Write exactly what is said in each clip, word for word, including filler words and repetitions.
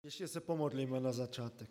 Ještě se pomodlíme na začátek.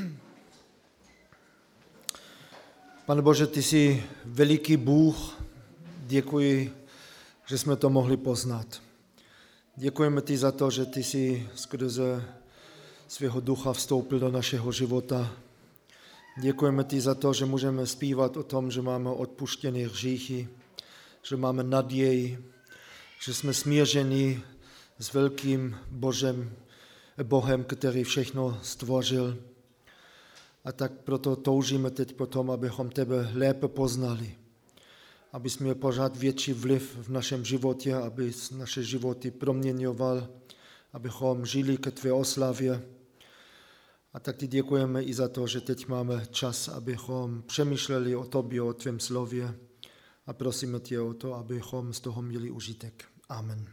Pane Bože, ty jsi veliký Bůh, děkuji, že jsme to mohli poznat. Děkujeme ti za to, že ty jsi skrze svého ducha vstoupil do našeho života. Děkujeme ti za to, že můžeme zpívat o tom, že máme odpuštěné hříchy, že máme naději, že jsme smíření s velkým Božem, Bohem, který všechno stvořil. A tak proto toužíme teď potom, abychom tebe lépe poznali. Aby jsme měli pořád větší vliv v našem životě, aby naše životy proměňoval, abychom žili ke tvé oslavě. A tak ti děkujeme i za to, že teď máme čas, abychom přemýšleli o tobě, o tvém slově. A prosíme tě o to, abychom z toho měli užitek. Amen.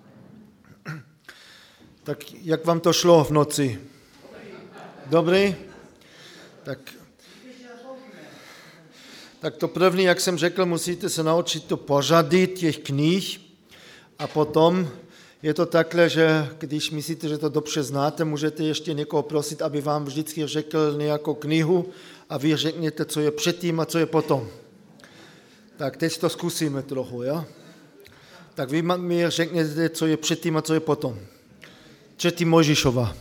Tak jak vám to šlo v noci? Dobrý? Tak, tak to první, jak jsem řekl, musíte se naučit to pořady těch knih a potom je to takhle, že když myslíte, že to dobře znáte, můžete ještě někoho prosit, aby vám vždycky řekl nějakou knihu a vy řekněte, co je předtím a co je potom. Tak teď to zkusíme trochu, jo? Tak vy mi řekněte, co je předtím a co je potom. Třetí Mojžišova.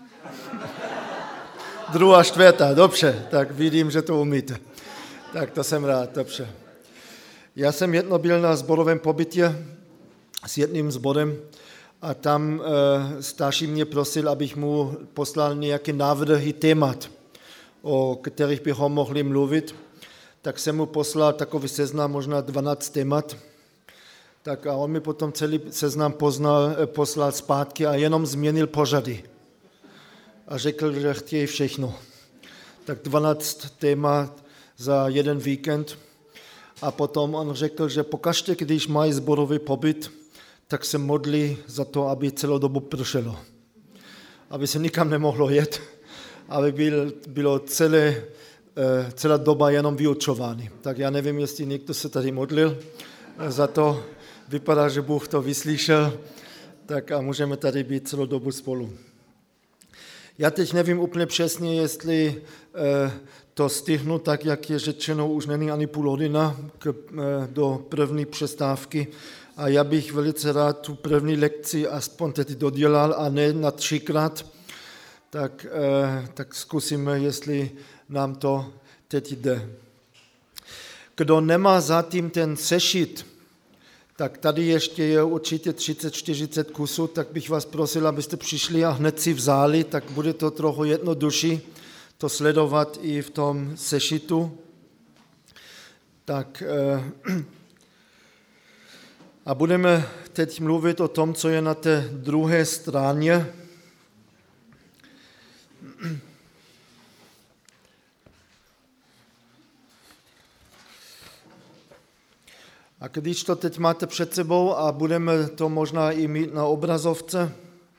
Druhá, čtvrtá, dobře, tak vidím, že to umíte. Tak to jsem rád, dobře. Já jsem jedno byl na sborovém pobytě s jedním sborem a tam e, starší mě prosil, abych mu poslal nějaké návrhy témat, o kterých bychom mohli mluvit. Tak jsem mu poslal takový seznam, možná dvanáct témat. Tak a on mi potom celý seznam poznal, poslal zpátky a jenom změnil pořady. A řekl, že chtějí všechno. Tak dvanáct témat za jeden víkend. A potom on řekl, že pokaždé, když mají sborový pobyt, tak se modlí za to, aby celou dobu pršelo. Aby se nikam nemohlo jet, aby byl, bylo celé, celá doba jenom vyučovány. Tak já nevím, jestli někdo se tady modlil za to. Vypadá, že Bůh to vyslyšel, tak a můžeme tady být celou dobu spolu. Já teď nevím úplně přesně, jestli eh, to stihnu tak, jak je řečeno, už není ani půl hodina k, eh, do první přestávky. A já bych velice rád tu první lekci aspoň teď dodělal a ne na třikrát. Tak, eh, tak zkusíme, jestli nám to teď jde. Kdo nemá zatím ten sešit, tak tady ještě je určitě třicet čtyřicet kusů, tak bych vás prosil, abyste přišli a hned si vzali, tak bude to trochu jednodušší to sledovat i v tom sešitu. Tak a budeme teď mluvit o tom, co je na té druhé straně. A když to teď máte před sebou a budeme to možná i mít na obrazovce,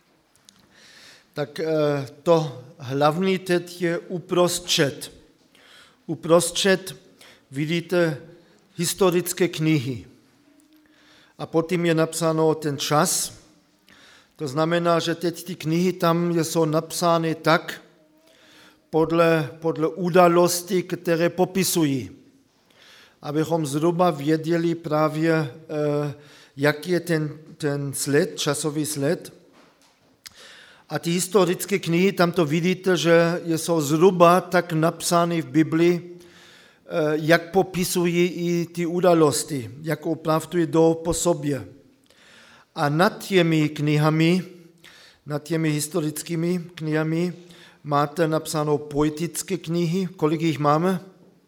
tak to hlavní teď je uprostřed. Uprostřed vidíte historické knihy. A potom je napsáno ten čas. To znamená, že teď ty knihy tam jsou napsány tak, podle, podle událostí, které popisují. Abychom zhruba věděli právě, jak je ten, ten sled, časový sled. A ty historické knihy, tam to vidíte, že jsou zhruba tak napsány v Biblii, jak popisují i ty události, jak opravdu jdou po sobě. A nad těmi knihami, nad těmi historickými knihami máte napsáno poetické knihy. Kolik jich máme?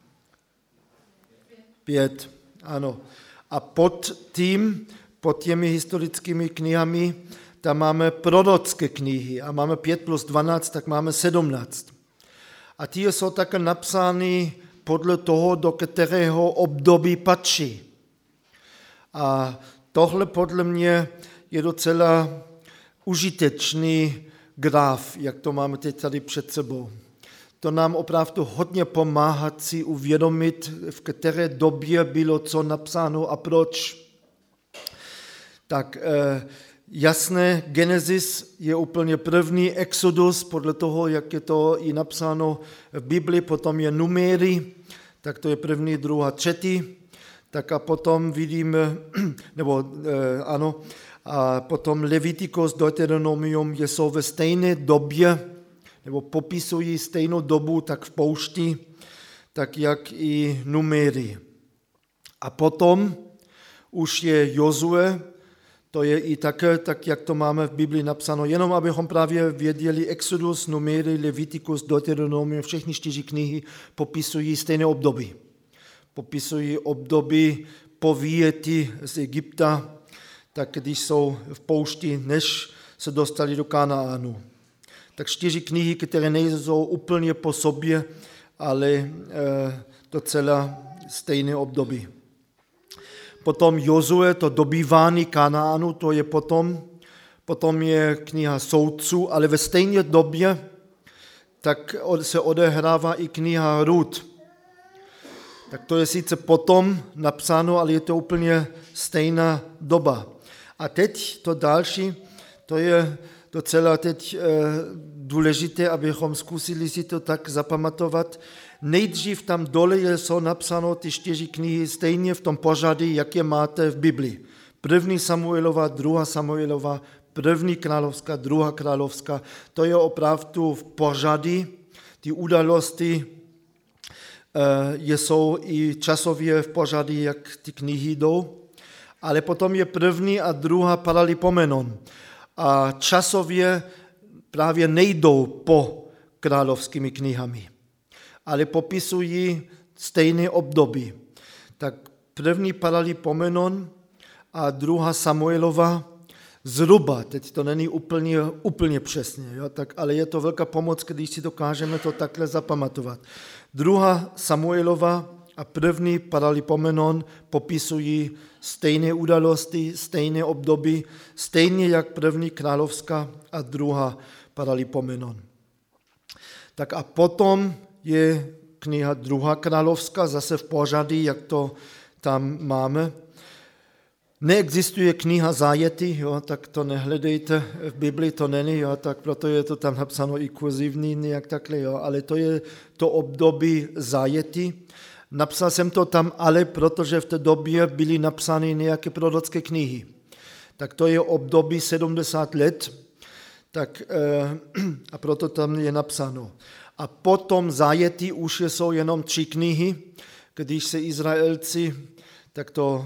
Pět, ano. A pod tím, pod těmi historickými knihami, tam máme prorocké knihy a máme pět plus dvanáct, tak máme sedmnáct. A ty jsou také napsány podle toho, do kterého období patří. A tohle podle mě je docela užitečný graf, jak to máme teď tady před sebou. To nám opravdu hodně pomáhá si uvědomit, v které době bylo co napsáno a proč. Tak jasné, Genesis je úplně první, Exodus, podle toho, jak je to i napsáno v Bibli, potom je Numery, tak to je první, druhá, třetí, tak a potom vidíme, nebo eh, ano, a potom Leviticus, Deuteronomium jsou ve stejné době, nebo popisují stejnou dobu, tak v poušti, tak jak i Numery. A potom už je Jozue, to je i také, tak jak to máme v Biblii napsáno, jenom abychom právě věděli, Exodus, Numery, Leviticus, Deuteronomium, všechny čtyři knihy popisují stejné období. Popisují období po výjetí z Egypta, tak když jsou v poušti, než se dostali do Kanaánu. Tak čtyři knihy, které nejsou úplně po sobě, ale e, docela stejné období. Potom Jozue, to dobývání Kanaánu, to je potom, potom je kniha Soudců, ale ve stejné době tak se odehrává i kniha Rut. Tak to je sice potom napsáno, ale je to úplně stejná doba. A teď to další, to je docela teď e, důležité, abychom zkusili si to tak zapamatovat. Nejdřív tam dole jsou napsáno ty čtyři knihy stejně v tom pořadí, jak je máte v Biblii. První Samuelova, druhá Samuelova, první královská, druhá královská. To je opravdu v pořadí. Ty události e, jsou i časově v pořadí, jak ty knihy jdou. Ale potom je první a druhá Paralipomenon. A časově právě nejdou po královskými knihami, ale popisují stejné období. Tak první Paralipomenon a druhá Samuelova zhruba, teď to není úplně, úplně přesně, jo, tak, ale je to velká pomoc, když si dokážeme to takhle zapamatovat. Druhá Samuelova a první Paralipomenon popisují stejné události, stejné období, stejně jak první královská a druhá Paralipomenon. Tak a potom je kniha druhá královská, zase v pořadí, jak to tam máme. Neexistuje kniha Zájety, jo, tak to nehledejte, v Biblii to není, jo, tak proto je to tam napsáno i kurzivní, nějak takhle, jo, ale to je to období Zájety. Napsal jsem to tam ale, protože v té době byly napsány nějaké prorocké knihy. Tak to je období sedmdesát let, tak, a proto tam je napsáno. A potom Zájety už jsou jenom tři knihy, když se Izraelci, tak to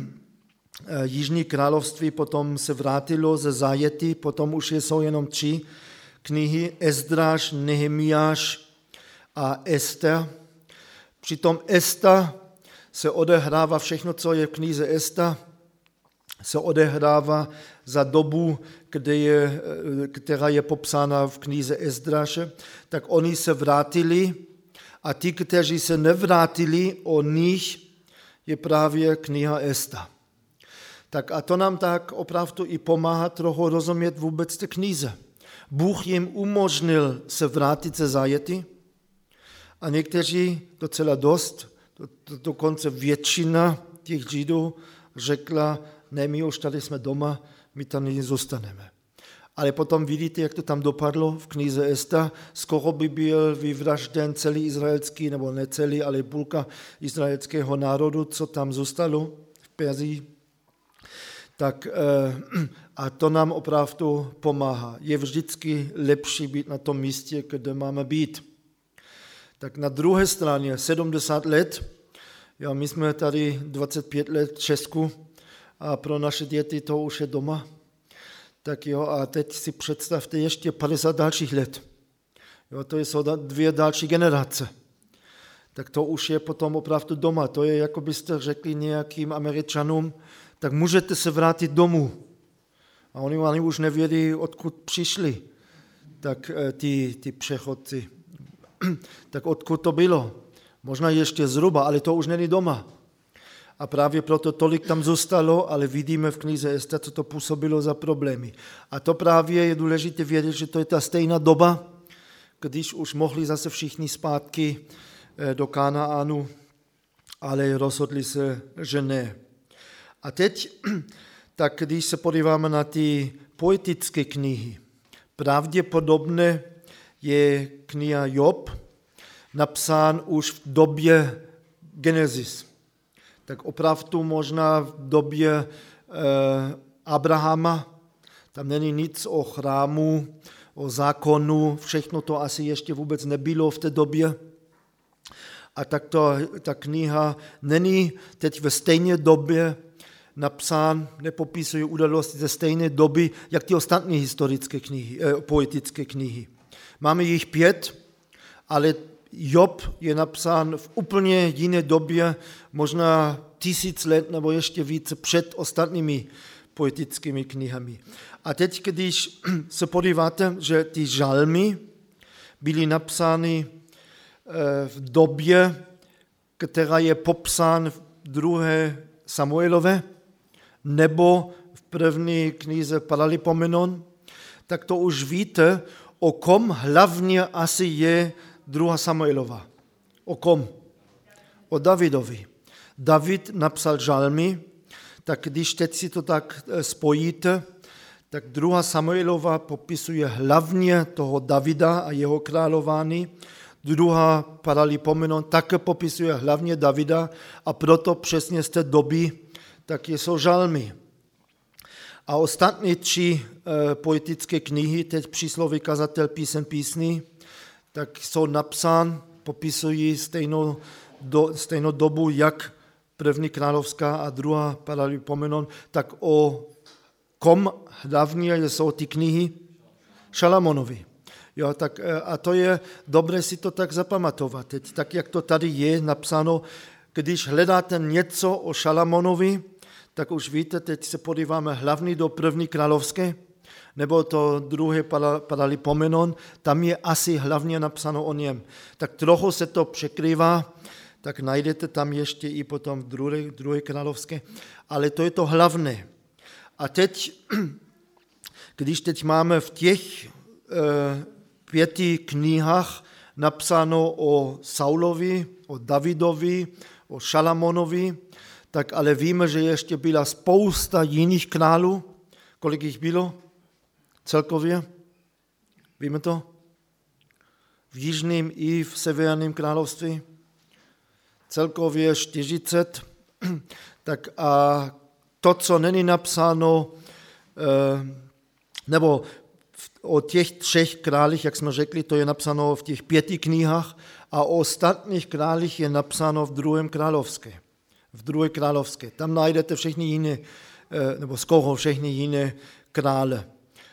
Jižní království potom se vrátilo ze Zájety, potom už jsou jenom tři knihy, Ezdráš, Nehemiáš a Ester. Přitom Esta se odehrává, všechno, co je v knize Esta, se odehrává za dobu, kde je, která je popsána v knize Ezdráše, tak oni se vrátili a ti, kteří se nevrátili, o nich je právě kniha Esta. Tak a to nám tak opravdu i pomáhá trochu rozumět vůbec té knize. Bůh jim umožnil se vrátit ze Zájety a někteří docela dost, do, do, dokonce většina těch Židů řekla, ne, my už tady jsme doma, my tam nyní zůstaneme. Ale potom vidíte, jak to tam dopadlo v knize Esta, skoro by byl vyvražděn celý izraelský, nebo ne celý, ale půlka izraelského národu, co tam zůstalo v Perzii. Tak a to nám opravdu pomáhá. Je vždycky lepší být na tom místě, kde máme být. Tak na druhé straně sedmdesát let, jo, my jsme tady dvacet pět let v Česku a pro naše děti to už je doma. Tak jo, a teď si představte ještě padesát dalších let. Jo, to jsou dvě další generace. Tak to už je potom opravdu doma. To je, jako byste řekli nějakým Američanům, tak můžete se vrátit domů. A oni, oni už nevědí, odkud přišli, tak ty, ty přechodci. Tak odkud to bylo? Možná ještě zhruba, ale to už není doma. A právě proto tolik tam zůstalo, ale vidíme v knize Esta, co to působilo za problémy. A to právě je důležité vědět, že to je ta stejná doba, když už mohli zase všichni zpátky do Kanaánu, ale rozhodli se, že ne. A teď tak když se podíváme na ty poetické knihy, pravděpodobně je kniha Job napsán už v době Genesis. Tak opravdu možná v době eh, Abrahama, tam není nic o chrámu, o zákonu, všechno to asi ještě vůbec nebylo v té době. A tak to, ta kniha není teď ve stejné době napsán, nepopisuje události ze stejné doby, jak ty ostatní historické knihy, eh, poetické knihy. Máme jich pět, ale Job je napsán v úplně jiné době, možná tisíc let nebo ještě více před ostatními poetickými knihami. A teď, když se podíváte, že ty žalmy byly napsány v době, která je popsán v druhé Samuelové, nebo v první knize Paralipomenon, tak to už víte, o kom hlavně asi je druhá Samuelova. O kom? O Davidovi. David napsal žalmy, tak když teď si to tak spojíte, tak druhá Samuelova popisuje hlavně toho Davida a jeho králování, druhá Paralipomenon také popisuje hlavně Davida a proto přesně z té doby tak jsou žalmy. A ostatní tři e, poetické knihy, teď Přísloví, Kazatel, Píseň, Písní, tak jsou napsán, popisují stejnou, do, stejnou dobu, jak první královská a druhá Paralipomenon, tak o kom hlavně jsou ty knihy Šalamonovi. Jo, tak, a to je dobré si to tak zapamatovat. Teď, tak jak to tady je napsáno, když hledáte něco o Šalamonovi, tak už víte, teď se podíváme hlavně do první královské, nebo to druhé Paralipomenon, tam je asi hlavně napsáno o něm. Tak trochu se to překrývá, tak najdete tam ještě i potom v druhé, druhé královské, ale to je to hlavné. A teď, když teď máme v těch e, pěti knihách napsáno o Saulovi, o Davidovi, o Šalamonovi, tak ale víme, že ještě byla spousta jiných králů. Kolik jich bylo celkově? Víme to? V jižním i v severním království. Celkově čtyřicet. Tak a to, co není napsáno, nebo o těch třech králích, jak jsme řekli, to je napsáno v těch pěti knihách a o ostatních králích je napsáno v druhém královské. V druhé královské. Tam najdete všechny jiné, nebo skoro všechny jiné krále.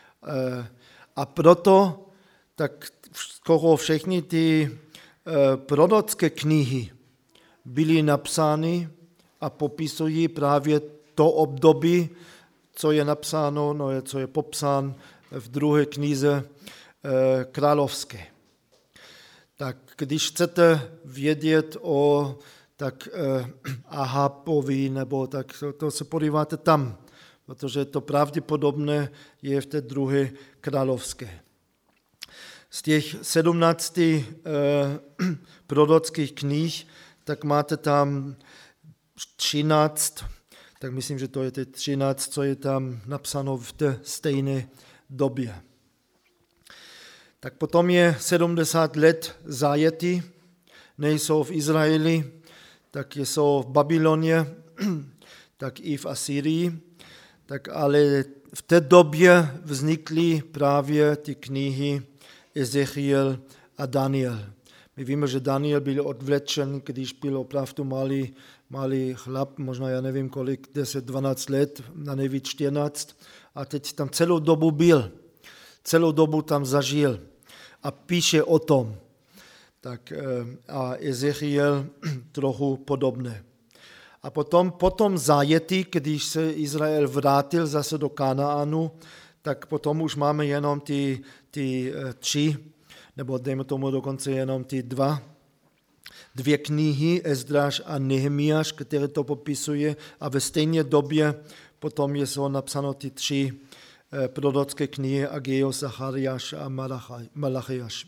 A proto tak skoro všechny ty prorocké knihy byly napsány a popisují právě to období, co je napsáno, no, co je popsán v druhé knize královské. Tak když chcete vědět o tak eh, Ahabovi, nebo tak to, to se podíváte tam, protože to pravděpodobně je v té druhé královské. Z těch sedmnácti eh, prorockých knih, tak máte tam třináct, tak myslím, že to je těch třináct, co je tam napsáno v té stejné době. Tak potom je sedmdesát let zajetí, nejsou v Izraeli, tak jsou v Babyloně, tak i v Asyrii, tak ale v té době vznikly právě ty knihy Ezechiel a Daniel. My víme, že Daniel byl odvlečen, když byl opravdu malý, malý chlap, možná já nevím kolik, deset dvanáct let, na nejvíc čtrnáct, a teď tam celou dobu byl, celou dobu tam zažil a píše o tom. Tak a Ezechiel trochu podobné. A potom, potom zajetí, když se Izrael vrátil zase do Kanaánu, tak potom už máme jenom ty, ty tři, nebo dejme tomu dokonce jenom ty dva, dvě knihy, Ezdráš a Nehemiáš, které to popisuje, a ve stejné době potom jsou napsáno ty tři prorocké knihy Agejos, Zachariáš a Malachiáš.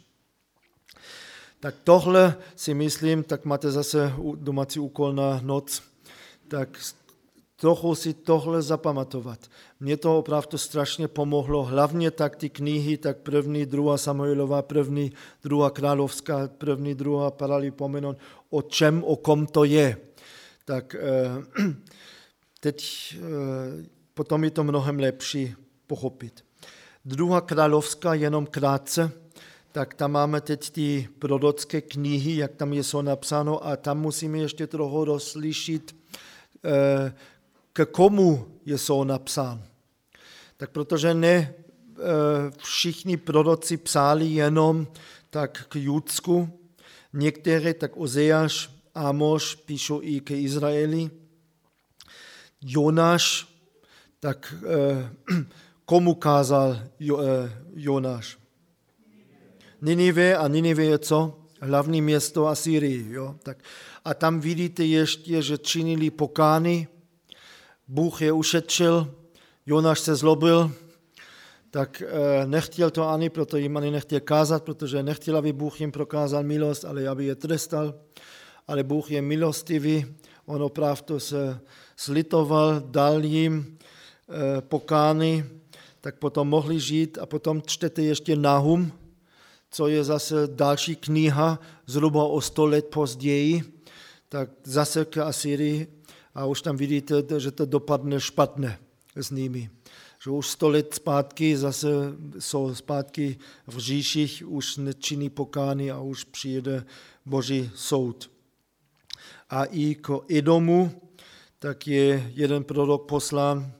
Tak tohle si myslím, tak máte zase domácí úkol na noc, tak trochu si tohle zapamatovat. Mně to opravdu strašně pomohlo, hlavně tak ty knihy, tak první, druhá Samuelova, první, druhá Královská, první, druhá Paralipomenon, o čem, o kom to je. Tak teď potom je to mnohem lepší pochopit. Druhá Královská, jenom krátce, tak tam máme teď ty prorocké knihy, jak tam je so napsáno, a tam musíme ještě trochu rozlišit, k komu je so napsán. Tak protože ne všichni proroci psali jenom tak k Judsku, některé, tak Ozeáš, Ámoš píšou i k Izraeli. Jonáš, tak komu kázal Jonáš? Ninive, a Ninive je co? Hlavní město Asýrii. Jo? Tak. A tam vidíte ještě, že činili pokány, Bůh je ušetřil, Jonáš se zlobil, tak nechtěl to ani, proto jim ani nechtěl kázat, protože nechtěl, aby Bůh jim prokázal milost, ale aby je trestal. Ale Bůh je milostivý, on opravdu se slitoval, dal jim pokány, tak potom mohli žít. A potom čtete ještě Nahum, co je zase další kniha, zhruba o sto let později, tak zase k Asyrii, a už tam vidíte, že to dopadne špatně s nimi. Že už sto let zpátky zase jsou zpátky v říších, už nečiní pokány a už přijede Boží soud. A i k Edomu, tak je jeden prorok poslán,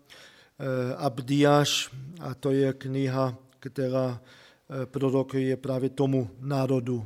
Abdiáš, a to je kniha, která prorokuje právě tomu národu.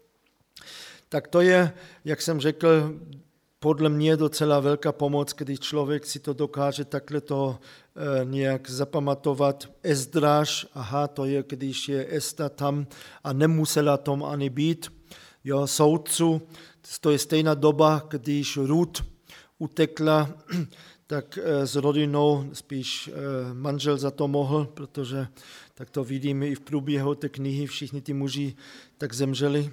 Tak to je, jak jsem řekl, podle mě docela velká pomoc, když člověk si to dokáže takhle to e, nějak zapamatovat. Ezdráš, aha, to je, když je Esta tam a nemusela tam ani být. Jo, soudcu, to je stejná doba, když Rut utekla, tak e, s rodinou spíš e, manžel za to mohl, protože tak to vidíme i v průběhu té knihy, všichni ty muži tak zemřeli.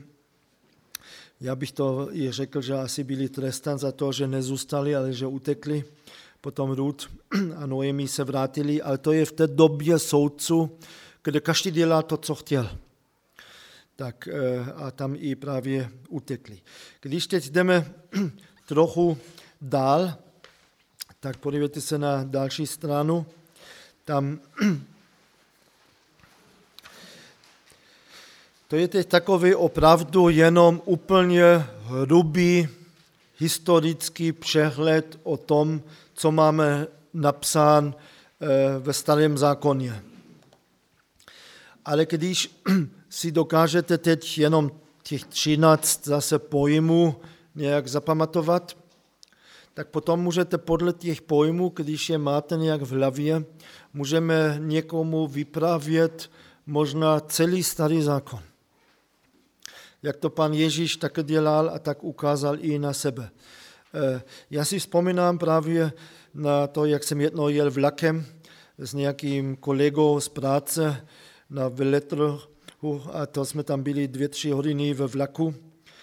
Já bych to i řekl, že asi byli trestán za to, že nezůstali, ale že utekli. Potom Rut a Noemi se vrátili, ale to je v té době soudců, kde každý dělá to, co chtěl. Tak a tam i právě utekli. Když teď jdeme trochu dál, tak podívejte se na další stranu. Tam to je teď takový opravdu jenom úplně hrubý historický přehled o tom, co máme napsán ve Starém zákoně. Ale když si dokážete teď jenom těch třináct zase pojmů nějak zapamatovat, tak potom můžete podle těch pojmů, když je máte nějak v hlavě, můžeme někomu vyprávět možná celý Starý zákon. Jak to pan Ježíš tak dělal a tak ukázal i na sebe. Já si vzpomínám právě na to, jak jsem jednou jel vlakem s nějakým kolegou z práce na veletrhu a to jsme tam byli dvě, tři hodiny ve vlaku.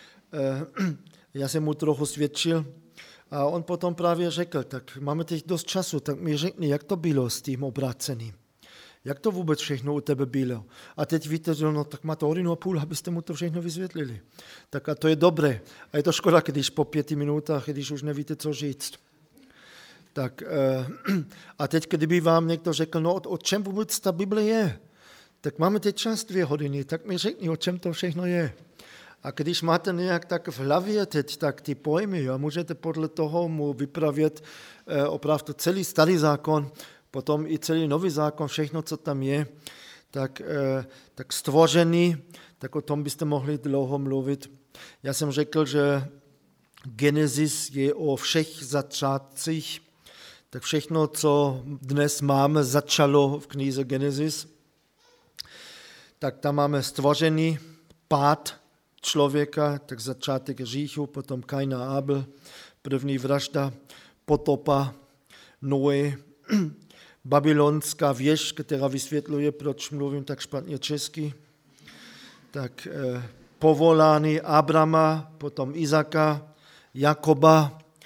Já jsem mu trochu svědčil a on potom právě řekl, tak máme teď dost času, tak mi řekni, jak to bylo s tím obráceným. Jak to vůbec všechno u tebe bylo? A teď víte, že no, tak máte hodinu a půl, abyste mu to všechno vysvětlili. Tak a to je dobré. A je to škoda, když po pěti minutách, když už nevíte, co říct. Tak a teď, kdyby vám někdo řekl, no o čem vůbec ta Bible je? Tak máme teď čas dvě hodiny, tak mi řekni, o čem to všechno je. A když máte nějak tak v hlavě teď tak ty pojmy, a můžete podle toho mu vypravět opravdu celý Starý zákon, potom i celý Nový zákon, všechno, co tam je, tak, tak stvořený, tak o tom byste mohli dlouho mluvit. Já jsem řekl, že Genesis je o všech začátcích, tak všechno, co dnes máme, začalo v knize Genesis. Tak tam máme stvořený pád člověka, tak začátek hříchu, potom Kain a Abel, první vražda, potopa, Noé, babylonská věž, která vysvětluje, proč mluvím tak špatně česky, tak eh, povolání Abrama, potom Izaka, Jakoba,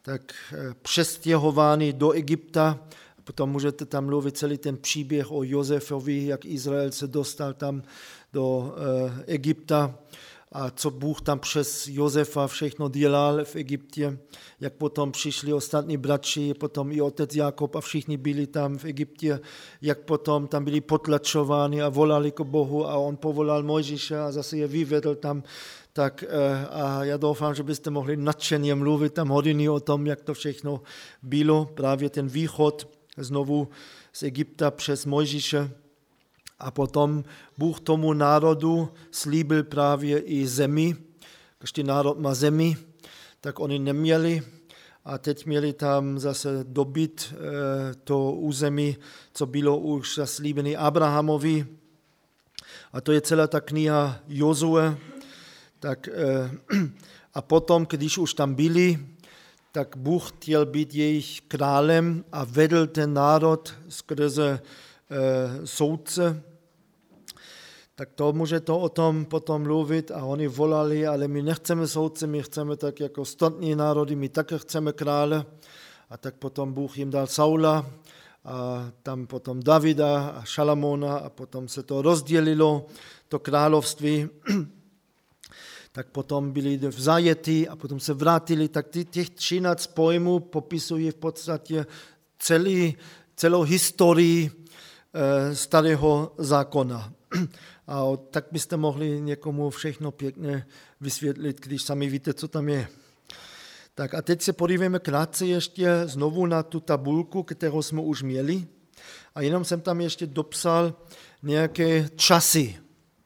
tak přestěhovány do Egypta. Potom můžete tam mluvit celý ten příběh o Josefovi, jak Izrael se dostal tam do Egypta a co Bůh tam přes Josefa všechno dělal v Egyptě, jak potom přišli ostatní bratři, potom i otec Jakob a všichni byli tam v Egyptě, jak potom tam byli potlačováni a volali k Bohu a on povolal Mojžíše a zase je vyvedl tam. Tak a já doufám, že byste mohli nadšeně mluvit tam hodiny o tom, jak to všechno bylo, právě ten východ znovu z Egypta přes Mojžíše. A potom Bůh tomu národu slíbil právě i zemi. Každý národ má zemi, tak oni neměli. A teď měli tam zase dobyt to území, co bylo už zaslíbené Abrahamovi. A to je celá ta kniha Jozue. Tak, a potom, když už tam byli, tak Bůh chtěl být jejich králem a vedl ten národ skrze e, soudce. Tak to může to o tom potom mluvit a oni volali, ale my nechceme soudce, my chceme tak jako ostatní národy, my také chceme krále. A tak potom Bůh jim dal Saula a tam potom Davida a Šalamona a potom se to rozdělilo, to království. Tak potom byli v zajetí a potom se vrátili, tak těch třináct pojmů popisuje v podstatě celý, celou historii e, starého zákona. A tak byste mohli někomu všechno pěkně vysvětlit, když sami víte, co tam je. Tak a teď se podíváme krátce ještě znovu na tu tabulku, kterou jsme už měli. A jenom jsem tam ještě dopsal nějaké časy.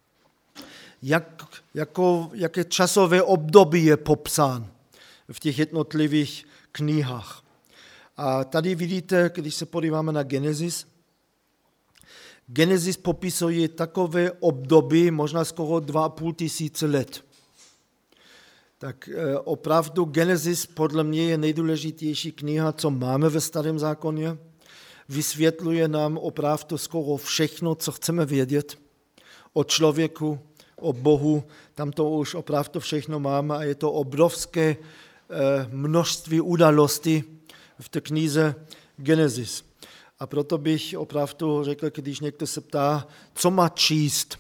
Jak, jako, jaké časové období je popsán v těch jednotlivých knihách. A tady vidíte, když se podíváme na Genesis, Genesis popisuje takové období, možná skoro dva a půl tisíce let. Tak e, opravdu Genesis podle mě je nejdůležitější kniha, co máme ve Starém zákoně. Vysvětluje nám opravdu skoro všechno, co chceme vědět o člověku, o Bohu, tam to už opravdu všechno máme a je to obrovské množství událostí v té knize Genesis. A proto bych opravdu řekl, když někdo se ptá, co má číst,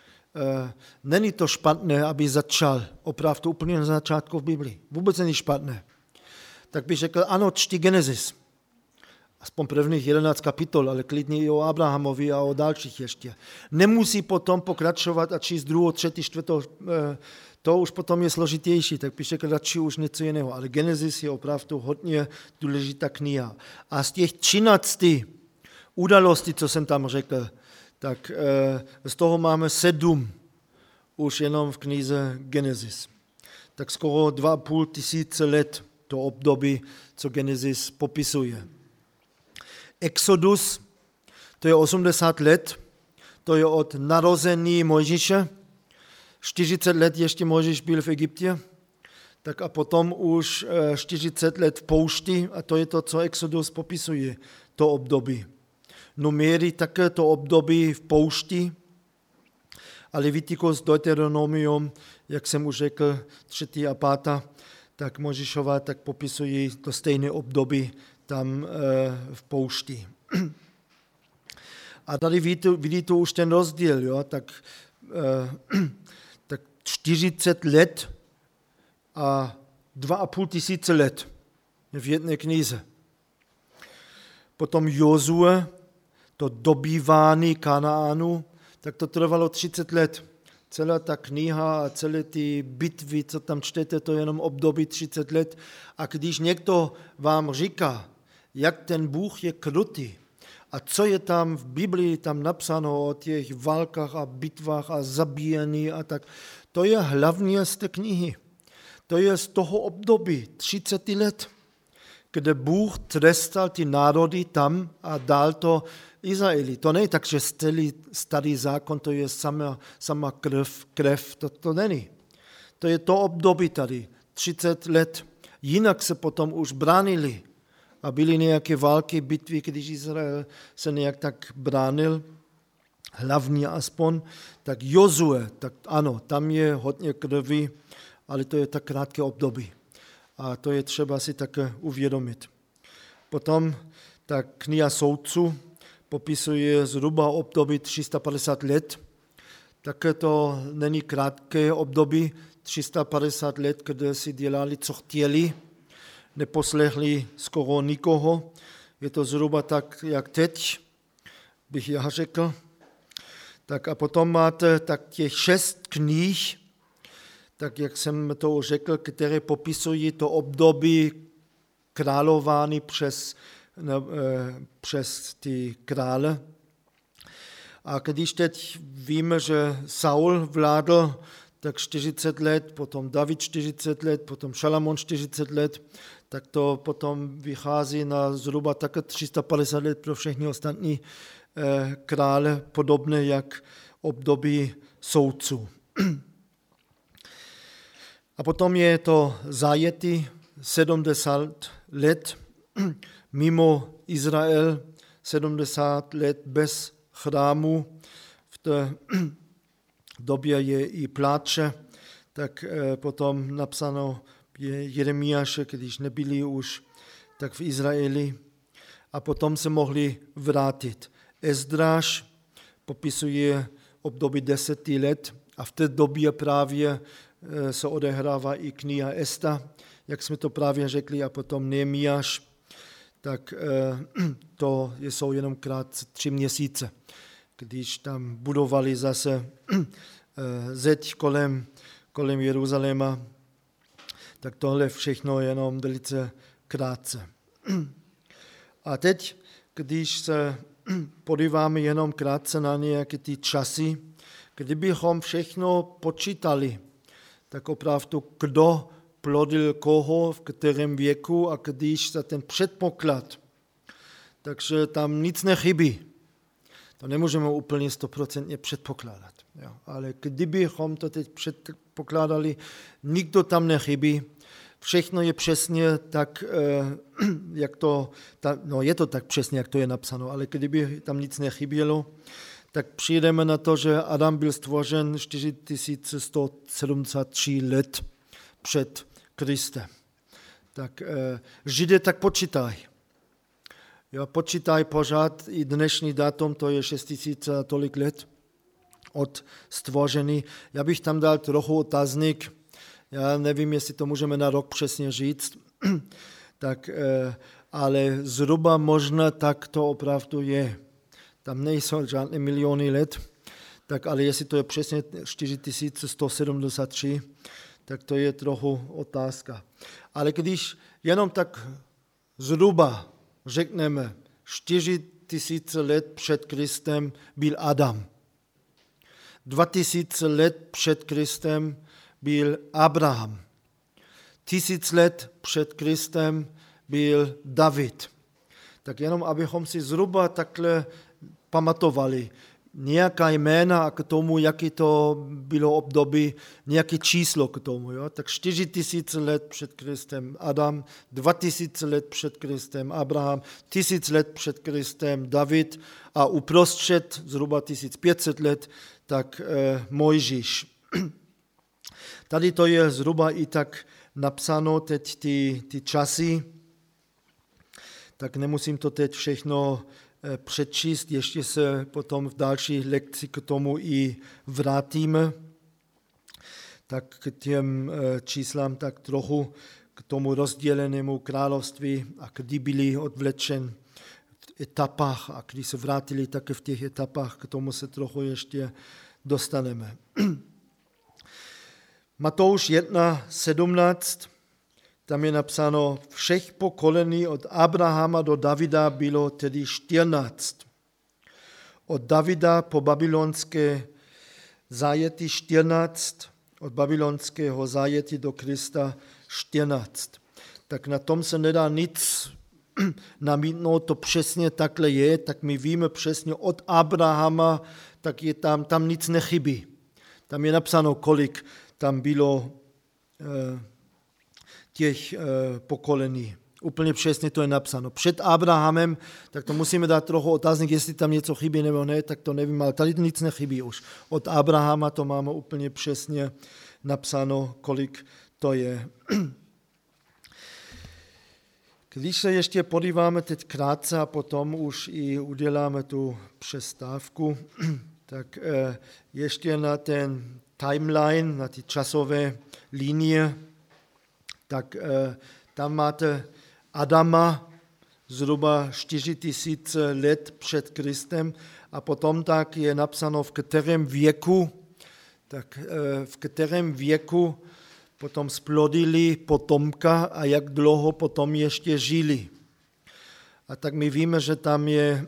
není to špatné, aby začal opravdu úplně na začátku v Biblii. Vůbec není špatné. Tak bych řekl, ano, čti Genesis. Aspoň prvních jedenáct kapitol, ale klidně i o Abrahamovi a o dalších ještě. Nemusí potom pokračovat a číst druhou, třetí, čtvrtou, to už potom je složitější, tak bych řekl radši už něco jiného. Ale Genesis je opravdu hodně důležitá kniha. A z těch třinácti událostí, co jsem tam řekl, tak z toho máme sedm už jenom v knize Genesis. Tak skoro dva a půl tisíce let to období, co Genesis popisuje. Exodus, to je osmdesát let, to je od narození Mojžíše, čtyřicet let ještě Mojžíš byl v Egyptě, tak a potom už čtyřicet let v poušti a to je to, co Exodus popisuje, to období. Numery také to období v poušti a Leviticus, Deuteronomium, jak jsem už řekl, třetí a pátá, tak Mojžíšova tak popisují to stejné období tam v poušti. A tady vidíte, vidíte už ten rozdíl, jo? Tak, tak čtyřicet let a dva a půl tisíce let v jedné knize. Potom Jozue, to dobývání Kanaánu, tak to trvalo třicet let. Celá ta kniha a celé ty bitvy, co tam čtete, to je jenom období třicet let. A když někdo vám říká, jak ten Bůh je krutý a co je tam v Biblii tam napsáno o těch válkách a bitvách a zabíjení a tak, to je hlavně z té knihy. To je z toho období třicet let, kde Bůh trestal ty národy tam a dal to Izraeli. To není tak, že celý starý zákon, to je sama, sama krev, krev to, to není. To je to období tady, třicet let. Jinak se potom už bránili a byly nějaké války, bitvy, když Izrael se nějak tak bránil, hlavně aspoň, tak Jozue, tak ano, tam je hodně krvi, ale to je tak krátké období. A to je třeba si také uvědomit. Potom ta kniha soudců popisuje zhruba období tři sta padesát let. Také to není krátké období, tři sta padesát let, kde si dělali, co chtěli, neposlechli skoro nikoho. Je to zhruba tak, jak teď, bych já řekl. Tak a potom máte tak těch šest knih, tak jak jsem to už řekl, které popisují to období králování přes, ne, přes ty krále. A když teď víme, že Saul vládl tak čtyřicet let, potom David čtyřicet let, potom Šalamón čtyřicet let, tak to potom vychází na zhruba také tři sta padesát let pro všechny ostatní eh, krále, podobné jak období soudců. A potom je to zajetí sedmdesát let mimo Izrael, sedmdesát let bez chrámu. V té době je i pláče, tak potom napsáno je Jeremiáše, když nebyli už tak v Izraeli. A potom se mohli vrátit. Ezdráš popisuje období deseti let a v té době právě se odehrává i kniha Esta, jak jsme to právě řekli, a potom Nehemiáš, tak to jsou jenom krátce tři měsíce, když tam budovali zase zeď kolem, kolem Jeruzaléma, tak tohle všechno jenom velice krátce. A teď, když se podíváme jenom krátce na nějaké ty časy, kdybychom všechno počítali, tak opravdu kdo plodil koho, v kterém věku a když za ten předpoklad, takže tam nic nechybí. To nemůžeme úplně stoprocentně předpokládat. Jo. Ale kdybychom to teď předpokládali, nikdo tam nechybí, všechno je přesně tak, jak to, no je to tak přesně, jak to je napsáno, ale kdyby tam nic nechybělo, tak přijdeme na to, že Adam byl stvořen čtyři tisíce sto sedmdesát tři let před Kristem. Tak Židé tak počítají. Jo, počítají pořád, i dnešní datum, to je šest tisíc a tolik let od stvoření. Já bych tam dal trochu otazník, já nevím, jestli to můžeme na rok přesně říct, tak, ale zhruba možná tak to opravdu je. Tam nejsou žádné miliony let, tak ale jestli to je přesně čtyři tisíce sto sedmdesát tři, tak to je trochu otázka. Ale když jenom tak zhruba řekneme, čtyři tisíce let před Kristem byl Adam. Dva tisíce let před Kristem byl Abraham. Tisíc let před Kristem byl David. Tak jenom, abychom si zhruba takhle pamatovali nějaká jména a k tomu, jaký to bylo období, nějaké číslo k tomu. Jo? Tak čtyři tisíce let před Kristem Adam, dva tisíce let před Kristem Abraham, tisíc let před Kristem David a uprostřed zhruba tisíc pět set let, tak eh, Mojžíš. Tady to je zhruba i tak napsáno teď ty, ty časy, tak nemusím to teď všechno přečíst, ještě se potom v další lekci k tomu i vrátíme, tak k těm číslám tak trochu k tomu rozdělenému království a kdy byli odvlečen v etapách a kdy se vrátili také v těch etapách, k tomu se trochu ještě dostaneme. Matouš jedna sedmnáct, tam je napsáno, všech pokolení od Abrahama do Davida bylo tedy čtrnáct. Od Davida po babylonské zajetí čtrnáct, od babylonského zajetí do Krista čtrnáct. Tak na tom se nedá nic namítnout, to přesně takhle je, tak my víme přesně od Abrahama, tak je tam, tam nic nechybí. Tam je napsáno, kolik tam bylo eh, těch eh, pokolení. Úplně přesně to je napsáno. Před Abrahamem, tak to musíme dát trochu otázník, jestli tam něco chybí nebo ne, tak to nevím, ale tady nic nechybí už. Od Abrahama to máme úplně přesně napsáno, kolik to je. Když se ještě podíváme teď krátce a potom už i uděláme tu přestávku, tak ještě na ten timeline, na ty časové linie, tak tam máte Adama zhruba čtyři tisíce let před Kristem a potom tak je napsáno, v kterém věku, tak v kterém věku potom splodili potomka a jak dlouho potom ještě žili. A tak my víme, že tam je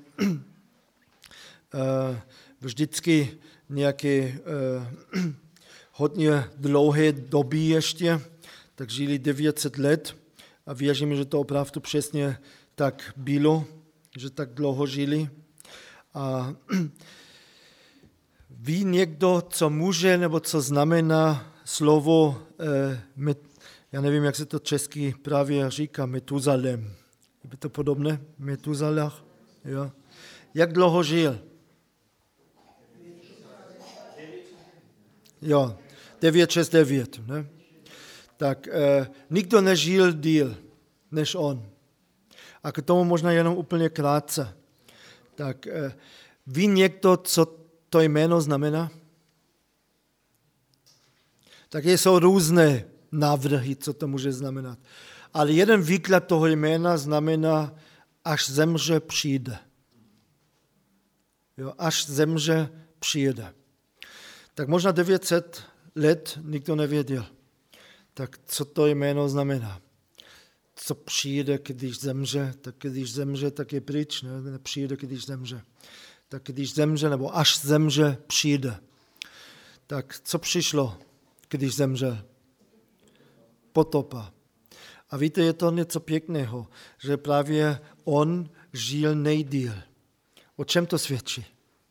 vždycky nějaké hodně dlouhé doby ještě, tak žili devět set let a věřím, že to opravdu přesně tak bylo, že tak dlouho žili. A ví někdo, co může nebo co znamená slovo, eh, já nevím, jak se to česky právě říká, Metuzalem. Je to podobné? Metuzalach? Jo. Jak dlouho žil? Jo, devět šest devět. Ne? Tak eh, nikdo nežil díl než on. A k tomu možná jenom úplně krátce. Tak eh, ví někdo, co to jméno znamená? Tak jsou různé návrhy, co to může znamenat. Ale jeden výklad toho jména znamená, až zemře přijde. Jo, až zemře přijde. Tak možná devět set let nikdo nevěděl. Tak co to jméno znamená? Co přijde, když zemře? Tak když zemře, tak je pryč. Ne? Nepřijde, když zemře. Tak když zemře, nebo až zemře, přijde. Tak co přišlo, když zemřel? Potopa. A víte, je to něco pěkného, že právě on žil nejdýl. O čem to svědčí?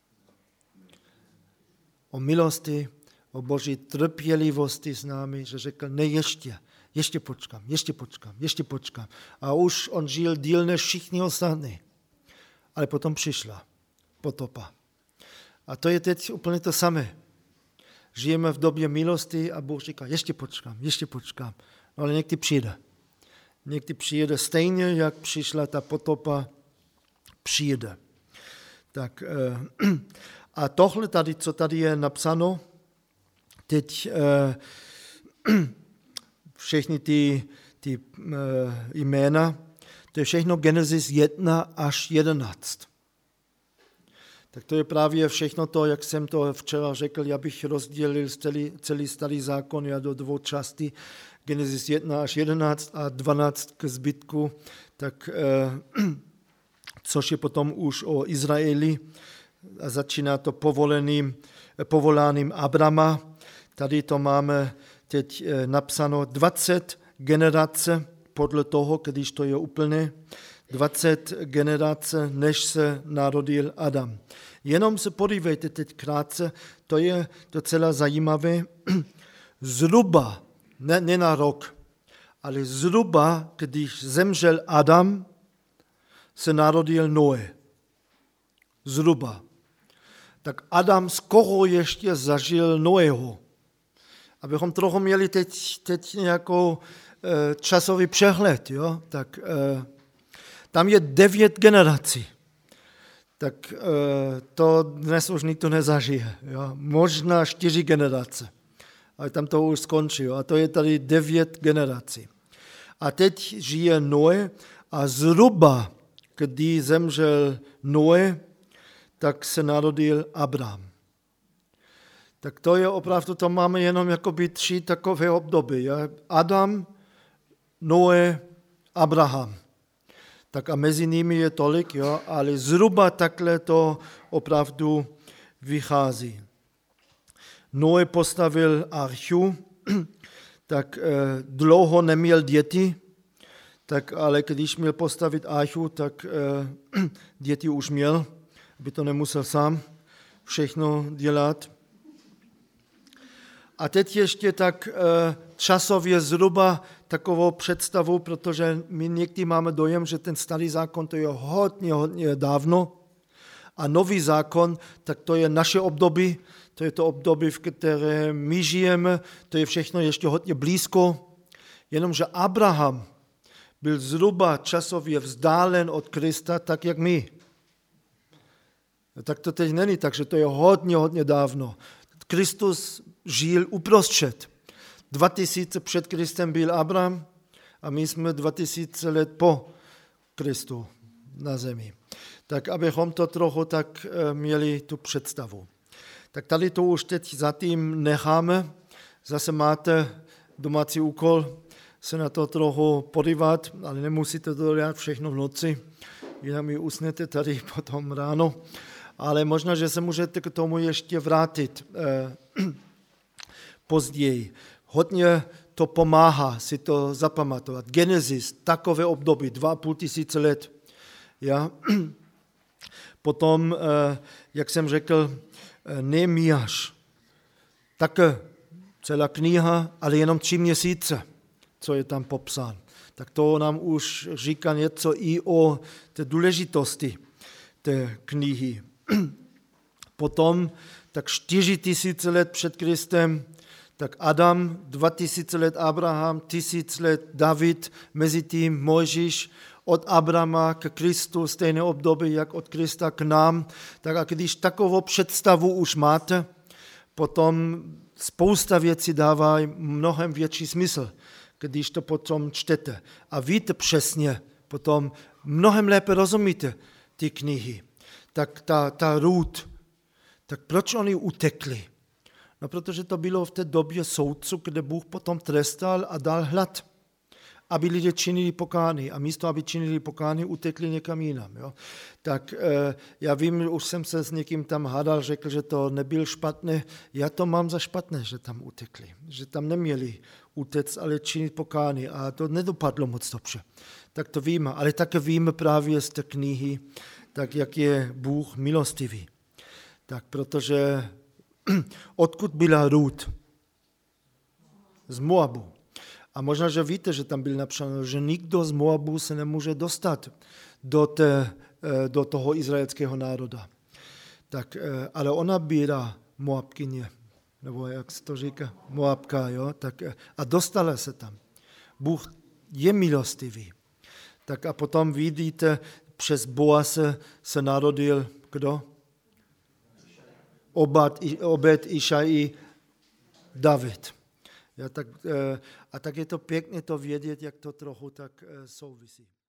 O milosti, o Boží trpělivosti s námi, že řekl, ne ještě, ještě počkám, ještě počkám, ještě počkám. A už on žil díl než všichni ostatní. Ale potom přišla potopa. A to je teď úplně to samé. Žijeme v době milosti a Bůh říká, ještě počkám, ještě počkám. No ale někdy přijde. Někdy přijde stejně, jak přišla ta potopa, přijde. Tak, a tohle tady, co tady je napsáno, teď všechny ty, ty jména, to je všechno Genesis jedna až jedenáct. Tak to je právě všechno to, jak jsem to včera řekl, já bych rozdělil celý, celý starý zákon já do dvou částí, Genesis jedna až jedenáct a dvanáct k zbytku, tak, eh, což je potom už o Izraeli a začíná to povoleným, povoláním Abrama. Tady to máme teď eh, napsáno dvacet generace podle toho, když to je úplné, dvacet generace, než se narodil Adam. Jenom se podívejte teď krátce, to je docela zajímavé. Zhruba, ne, ne na rok, ale zhruba, když zemřel Adam, se narodil Noé. Zhruba. Tak Adam skoro ještě zažil Noého. Abychom trochu měli teď, teď nějakou eh, časový přehled, jo? Tak eh, tam je devět generací. Tak e, to dnes už nikdo nezažije. Jo? Možná čtyři generace. Ale tam to už skončí. Jo? A to je tady devět generací. A teď žije Noé a zhruba, když zemřel Noé, tak se narodil Abraham. Tak to je opravdu, to máme jenom jakoby tři takové období. Jo? Adam, Noé, Abraham. Tak a mezi nimi je tolik, jo, ale zhruba takhle to opravdu vychází. Noé postavil archu, tak eh, dlouho neměl děti, tak ale když měl postavit archu, tak eh, děti už měl, aby to nemusel sám všechno dělat. A teď ještě tak eh, časově zhruba takovou představu, protože my někdy máme dojem, že ten starý zákon to je hodně, hodně dávno a nový zákon, tak to je naše období, to je to období, v kterém my žijeme, to je všechno ještě hodně blízko, jenomže Abraham byl zhruba časově vzdálen od Krista, tak jak my. Tak to teď není, takže to je hodně, hodně dávno. Kristus žil uprostřed. Dva tisíce před Kristem byl Abraham a my jsme dva tisíce let po Kristu na zemi. Tak abychom to trochu tak měli tu představu. Tak tady to už teď zatím necháme. Zase máte domácí úkol se na to trochu podívat, ale nemusíte to dělat všechno v noci, jinak mi usnete tady potom ráno. Ale možná, že se můžete k tomu ještě vrátit eh, později. Hodně to pomáhá si to zapamatovat. Genesis, takové období, dva a půl tisíce let. Ja? Potom, eh, jak jsem řekl, eh, Nehemiáš, také celá kniha, ale jenom tři měsíce, co je tam popsán. Tak to nám už říká něco i o té důležitosti té knihy. Potom, tak čtyři tisíce let před Kristem, tak Adam, dva tisíce let Abraham, tisíc let David, mezi tím Mojžíš, od Abrama k Kristu, stejné období, jak od Krista k nám. Tak a když takovou představu už máte, potom spousta věcí dává mnohem větší smysl, když to potom čtete. A víte přesně, potom mnohem lépe rozumíte ty knihy. Tak ta, ta Rút, tak proč oni utekli? No, protože to bylo v té době soudců, kde Bůh potom trestal a dal hlad, aby lidé činili pokání. A místo, aby činili pokání, utekli někam jinam. Jo? Tak e, já vím, už jsem se s někým tam hádal, řekl, že to nebyl špatné. Já to mám za špatné, že tam utekli. Že tam neměli utéct, ale činit pokání. A to nedopadlo moc dobře. Tak to víme. Ale také víme právě z té knihy, tak jak je Bůh milostivý. Tak protože odkud byla Rút? Z Moabu. A možná, že víte, že tam byl napsáno, že nikdo z Moabu se nemůže dostat do, té, do toho izraelského národa. Tak, ale ona byla Moabkyně, nebo jak se to říká, Moabka, jo? Tak, a dostala se tam. Bůh je milostivý. Tak a potom vidíte, přes Boase se narodil kdo? Obed, Išaj, David. Ja, tak, a tak je to pěkně to vědět, jak to trochu tak souvisí.